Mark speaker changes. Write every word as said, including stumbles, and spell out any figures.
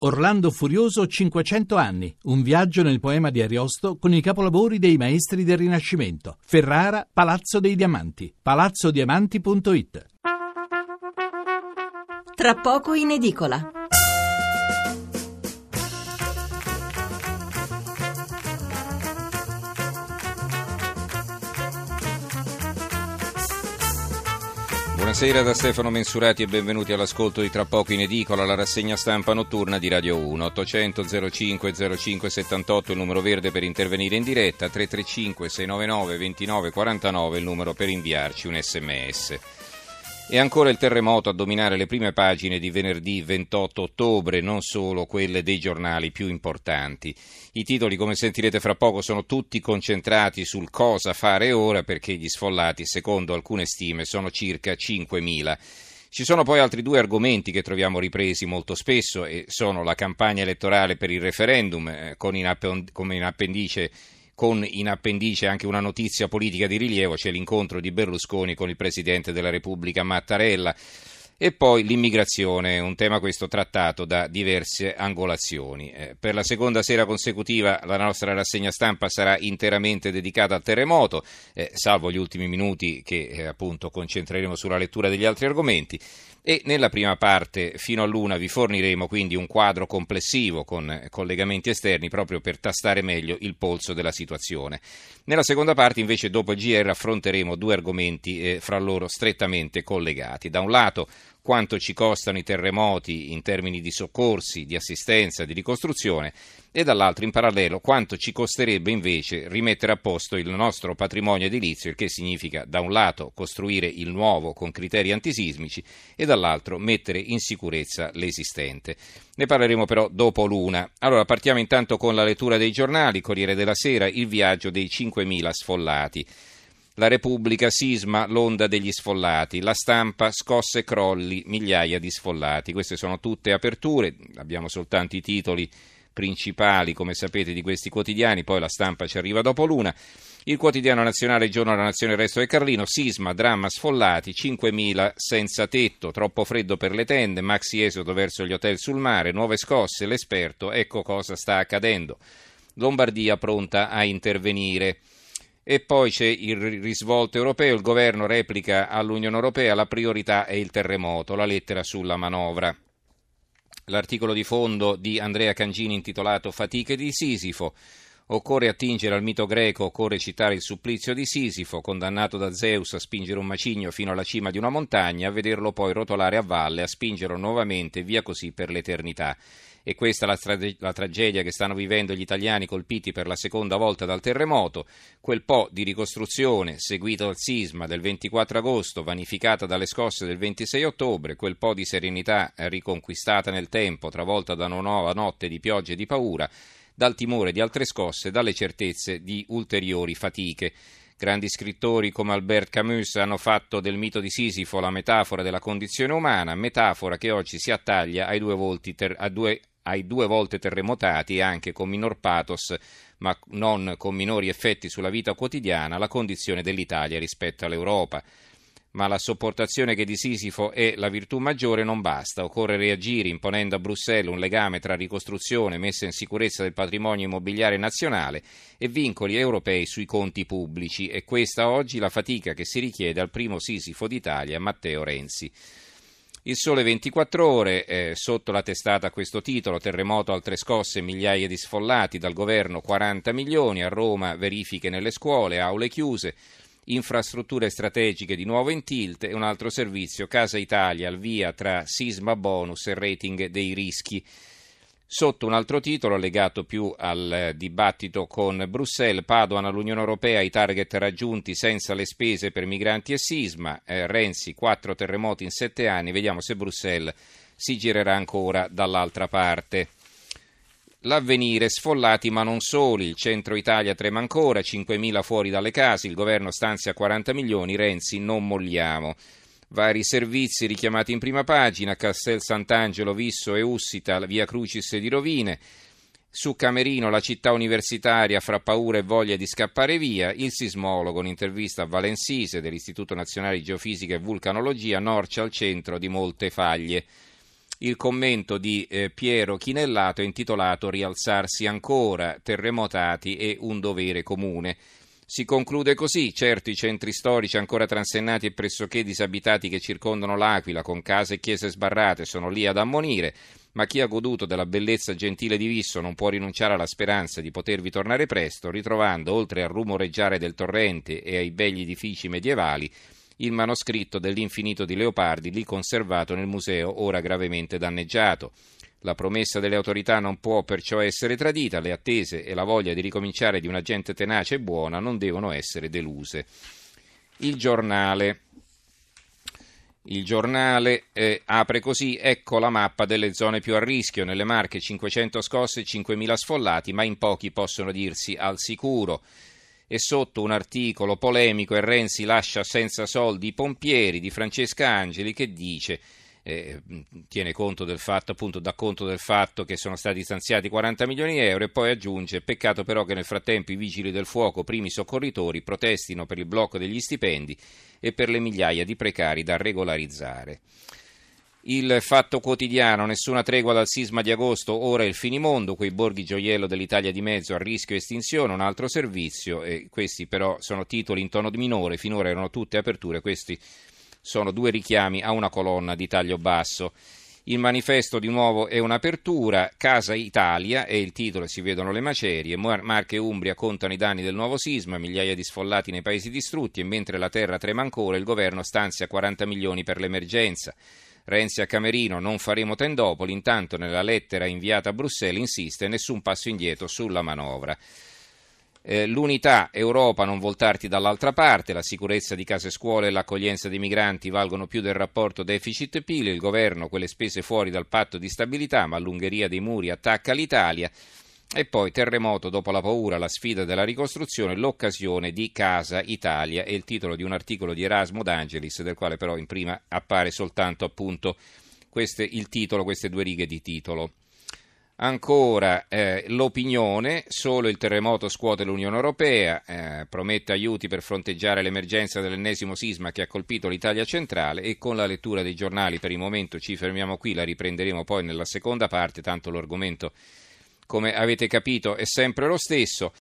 Speaker 1: Orlando Furioso cinquecento anni, un viaggio nel poema di Ariosto con i capolavori dei maestri del Rinascimento. Ferrara, Palazzo dei Diamanti, palazzo diamanti punto it.
Speaker 2: Tra poco in edicola.
Speaker 3: Buonasera da Stefano Mensurati e benvenuti all'ascolto di Tra poco in edicola, la rassegna stampa notturna di Radio uno. ottocento zero cinque zero cinque settantotto il numero verde per intervenire in diretta, tre tre cinque sei nove nove due nove quattro nove il numero per inviarci un sms. E ancora il terremoto a dominare le prime pagine di venerdì ventotto ottobre, non solo quelle dei giornali più importanti. I titoli, come sentirete fra poco, sono tutti concentrati sul cosa fare ora, perché gli sfollati, secondo alcune stime, sono circa cinquemila. Ci sono poi altri due argomenti che troviamo ripresi molto spesso e sono la campagna elettorale per il referendum, eh, con in app- come in appendice Con in appendice anche una notizia politica di rilievo, c'è l'incontro di Berlusconi con il Presidente della Repubblica Mattarella, e poi l'immigrazione, un tema questo trattato da diverse angolazioni. Eh, per la seconda sera consecutiva la nostra rassegna stampa sarà interamente dedicata al terremoto, eh, salvo gli ultimi minuti che eh, appunto concentreremo sulla lettura degli altri argomenti. E nella prima parte fino all'una vi forniremo quindi un quadro complessivo con collegamenti esterni proprio per tastare meglio il polso della situazione. Nella seconda parte invece dopo il G R affronteremo due argomenti eh, fra loro strettamente collegati. Da un lato quanto ci costano i terremoti in termini di soccorsi, di assistenza, di ricostruzione, e dall'altro in parallelo quanto ci costerebbe invece rimettere a posto il nostro patrimonio edilizio, il che significa da un lato costruire il nuovo con criteri antisismici e dall'altro mettere in sicurezza l'esistente. Ne parleremo però dopo l'una. Allora partiamo intanto con la lettura dei giornali. Corriere della Sera, il viaggio dei cinquemila sfollati. La Repubblica, sisma, l'onda degli sfollati. La Stampa, scosse e crolli, migliaia di sfollati. Queste sono tutte aperture, abbiamo soltanto i titoli principali, come sapete, di questi quotidiani, poi la Stampa ci arriva dopo l'una. Il quotidiano nazionale, il Giorno della Nazione, il Resto del Carlino, sisma, dramma, sfollati, cinquemila senza tetto, troppo freddo per le tende, maxi esodo verso gli hotel sul mare, nuove scosse, l'esperto, ecco cosa sta accadendo. Lombardia pronta a intervenire. E poi c'è il risvolto europeo, il governo replica all'Unione Europea, la priorità è il terremoto, la lettera sulla manovra. L'articolo di fondo di Andrea Cangini intitolato Fatiche di Sisifo. Occorre attingere al mito greco, occorre citare il supplizio di Sisifo, condannato da Zeus a spingere un macigno fino alla cima di una montagna, a vederlo poi rotolare a valle, a spingerlo nuovamente via così per l'eternità. E questa è la, trage- la tragedia che stanno vivendo gli italiani colpiti per la seconda volta dal terremoto, quel po' di ricostruzione seguito dal sisma del ventiquattro agosto, vanificata dalle scosse del ventisei ottobre, quel po' di serenità riconquistata nel tempo, travolta da una nuova notte di piogge e di paura, dal timore di altre scosse, dalle certezze di ulteriori fatiche. Grandi scrittori come Albert Camus hanno fatto del mito di Sisifo la metafora della condizione umana, metafora che oggi si attaglia ai due, volti ter- a due, ai due volte terremotati e anche con minor pathos, ma non con minori effetti sulla vita quotidiana, la condizione dell'Italia rispetto all'Europa. Ma la sopportazione che di Sisifo è la virtù maggiore non basta, occorre reagire imponendo a Bruxelles un legame tra ricostruzione, messa in sicurezza del patrimonio immobiliare nazionale e vincoli europei sui conti pubblici. E questa oggi la fatica che si richiede al primo Sisifo d'Italia, Matteo Renzi. Il Sole ventiquattro Ore, eh, sotto la testata a questo titolo, terremoto, altre scosse, migliaia di sfollati, dal governo quaranta milioni, a Roma verifiche nelle scuole, aule chiuse. Infrastrutture strategiche di nuovo in tilt e un altro servizio, Casa Italia, al via tra sisma bonus e rating dei rischi. Sotto un altro titolo legato più al dibattito con Bruxelles, Padoan all'Unione Europea, i target raggiunti senza le spese per migranti e sisma, eh, Renzi, quattro terremoti in sette anni, vediamo se Bruxelles si girerà ancora dall'altra parte. L'Avvenire, sfollati ma non soli, il centro Italia trema ancora, cinquemila fuori dalle case, il governo stanzia quaranta milioni, Renzi non molliamo. Vari servizi richiamati in prima pagina, Castel Sant'Angelo, Visso e Ussita, via Crucis di rovine. Su Camerino la città universitaria fra paura e voglia di scappare via, il sismologo, un'intervista a Valensise dell'Istituto Nazionale di Geofisica e Vulcanologia, Norcia al centro di molte faglie. Il commento di eh, Piero Chinellato è intitolato Rialzarsi ancora, terremotati e un dovere comune. Si conclude così: certo i centri storici ancora transennati e pressoché disabitati che circondano l'Aquila, con case e chiese sbarrate, sono lì ad ammonire, ma chi ha goduto della bellezza gentile di Visso non può rinunciare alla speranza di potervi tornare presto, ritrovando, oltre al rumoreggiare del torrente e ai begli edifici medievali, il manoscritto dell'Infinito di Leopardi, lì conservato nel museo, ora gravemente danneggiato. La promessa delle autorità non può perciò essere tradita, le attese e la voglia di ricominciare di una gente tenace e buona non devono essere deluse. Il giornale. Il giornale eh, apre così: ecco la mappa delle zone più a rischio, nelle Marche cinquecento scosse e cinquemila sfollati, ma in pochi possono dirsi al sicuro. E sotto un articolo polemico: e Renzi lascia senza soldi i pompieri, di Francesca Angeli, che dice, eh, tiene conto del fatto, appunto dà conto del fatto che sono stati stanziati quaranta milioni di euro, e poi aggiunge: peccato però che nel frattempo i vigili del fuoco, primi soccorritori, protestino per il blocco degli stipendi e per le migliaia di precari da regolarizzare. Il Fatto Quotidiano: nessuna tregua dal sisma di agosto, ora il finimondo, quei borghi gioiello dell'Italia di mezzo a rischio estinzione, un altro servizio. E questi però sono titoli in tono minore, finora erano tutte aperture, questi sono due richiami a una colonna di taglio basso. Il Manifesto di nuovo è un'apertura: Casa Italia è il titolo, si vedono le macerie, Marche e Umbria contano i danni del nuovo sisma, migliaia di sfollati nei paesi distrutti, e mentre la terra trema ancora il governo stanzia quaranta milioni per l'emergenza. Renzi a Camerino: non faremo tendopoli. Intanto nella lettera inviata a Bruxelles insiste: nessun passo indietro sulla manovra. Eh, l'unità: Europa, non voltarti dall'altra parte, la sicurezza di case e scuole e l'accoglienza dei migranti valgono più del rapporto deficit-P I L, il governo quelle spese fuori dal patto di stabilità, ma l'Ungheria dei muri attacca l'Italia. E poi terremoto dopo la paura, la sfida della ricostruzione, l'occasione di Casa Italia, è il titolo di un articolo di Erasmo D'Angelis, del quale però in prima appare soltanto appunto queste, il titolo, queste due righe di titolo. Ancora eh, l'opinione: solo il terremoto scuote l'Unione Europea, eh, promette aiuti per fronteggiare l'emergenza dell'ennesimo sisma che ha colpito l'Italia centrale. E con la lettura dei giornali per il momento ci fermiamo qui, la riprenderemo poi nella seconda parte, tanto l'argomento, come avete capito, è sempre lo stesso.